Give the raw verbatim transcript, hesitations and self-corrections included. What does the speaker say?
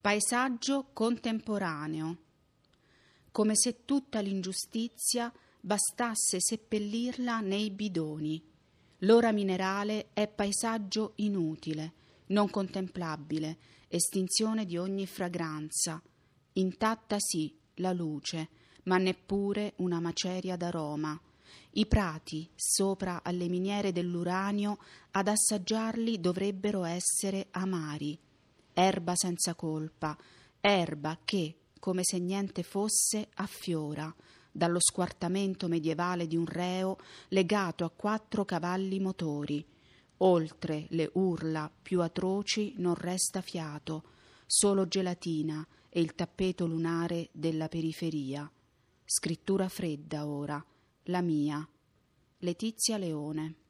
Paesaggio contemporaneo. Come se tutta l'ingiustizia bastasse seppellirla nei bidoni. L'ora minerale è paesaggio inutile, non contemplabile, estinzione di ogni fragranza. Intatta sì la luce, ma neppure una maceria d'aroma. I prati, sopra alle miniere dell'uranio, ad assaggiarli dovrebbero essere amari. Erba senza colpa, erba che, come se niente fosse, affiora, dallo squartamento medievale di un reo legato a quattro cavalli motori. Oltre le urla più atroci non resta fiato, solo gelatina e il tappeto lunare della periferia. Scrittura fredda ora, la mia. Letizia Leone.